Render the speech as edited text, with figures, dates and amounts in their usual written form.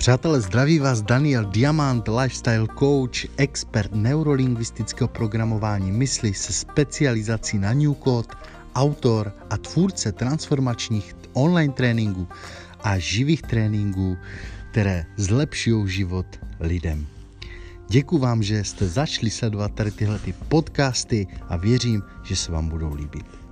Přátelé, zdraví vás Daniel Diamant, lifestyle coach, expert neurolingvistického programování mysli se specializací na New Code, autor a tvůrce transformačních online tréninků a živých tréninků, které zlepšují život lidem. Děkuji vám, že jste začali sledovat tady tyhle podcasty a věřím, že se vám budou líbit.